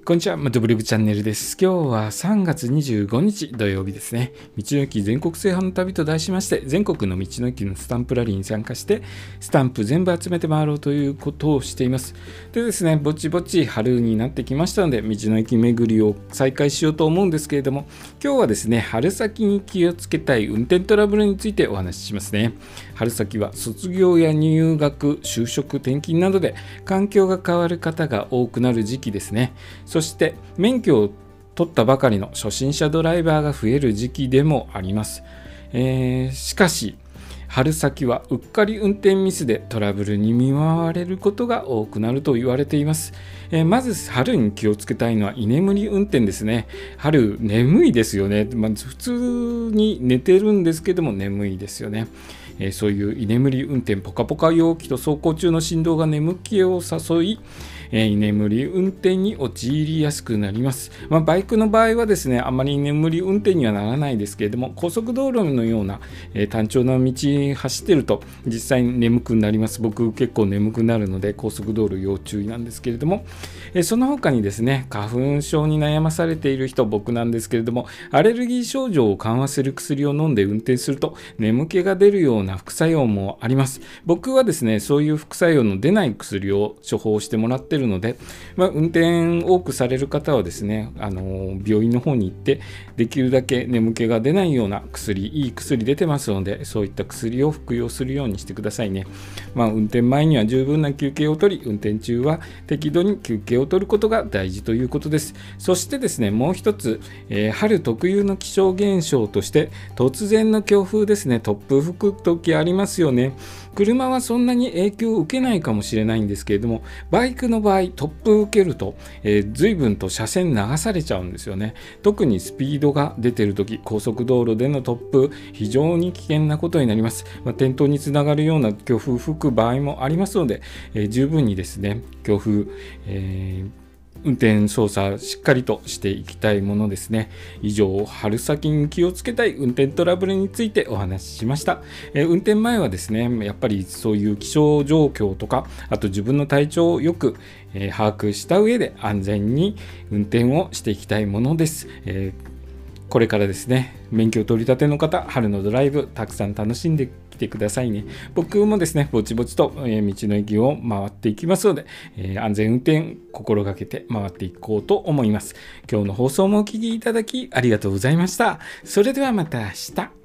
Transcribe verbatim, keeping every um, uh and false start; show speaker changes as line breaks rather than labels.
こんにちは、マトブログチャンネルです。今日はさんがつにじゅうごにち土曜日ですね。道の駅全国制覇の旅と題しまして、全国の道の駅のスタンプラリーに参加して、スタンプ全部集めて回ろうということをしています。でですね、ぼちぼち春になってきましたので、道の駅巡りを再開しようと思うんですけれども、今日はですね、春先に気をつけたい運転トラブルについてお話ししますね。春先は卒業や入学、就職、転勤などで環境が変わる方が多くなる時期ですね。そして免許を取ったばかりの初心者ドライバーが増える時期でもあります。えー、しかし春先はうっかり運転ミスでトラブルに見舞われることが多くなると言われています。えー、まず春に気をつけたいのは居眠り運転ですね。春眠いですよね。まあ、普通に寝てるんですけども眠いですよね。えー、そういう居眠り運転、ポカポカ陽気と走行中の振動が眠気を誘い、えー、居眠り運転に陥りやすくなります。まあ、バイクの場合はですね、あまり居眠り運転にはならないですけれども、高速道路のような、えー、単調な道走ってると実際に眠くなります。僕結構眠くなるので高速道路要注意なんですけれども、えー、その他にですね、花粉症に悩まされている人、僕なんですけれども、アレルギー症状を緩和する薬を飲んで運転すると眠気が出るような副作用もあります。僕はですね、そういう副作用の出ない薬を処方してもらっているので、まあ、運転多くされる方はですね、あの病院の方に行ってできるだけ眠気が出ないような薬、いい薬出てますので、そういった薬を服用するようにしてくださいね。まあ、運転前には十分な休憩を取り、運転中は適度に休憩を取ることが大事ということです。そしてですね、もう一つ、えー、春特有の気象現象として突然の強風ですね。突風吹く時ありますよね。車はそんなに影響を受けないかもしれないんですけれども、バイクの場合突風を受けると、えー、随分と車線流されちゃうんですよね。特にスピードが出ている時、高速道路での突風、非常に危険なことになります。まあ、転倒につながるような強風吹く場合もありますので、えー、十分にですね、強風、えー運転操作しっかりとしていきたいものですね。以上、春先に気をつけたい運転トラブルについてお話ししました。えー、運転前はですね、やっぱりそういう気象状況とか、あと自分の体調をよく、えー、把握した上で安全に運転をしていきたいものです。えーこれからですね、免許取り立ての方、春のドライブたくさん楽しんできてくださいね。僕もですね、ぼちぼちと、えー、道の駅を回っていきますので、えー、安全運転心がけて回っていこうと思います。今日の放送もお聞きいただきありがとうございました。それではまた明日。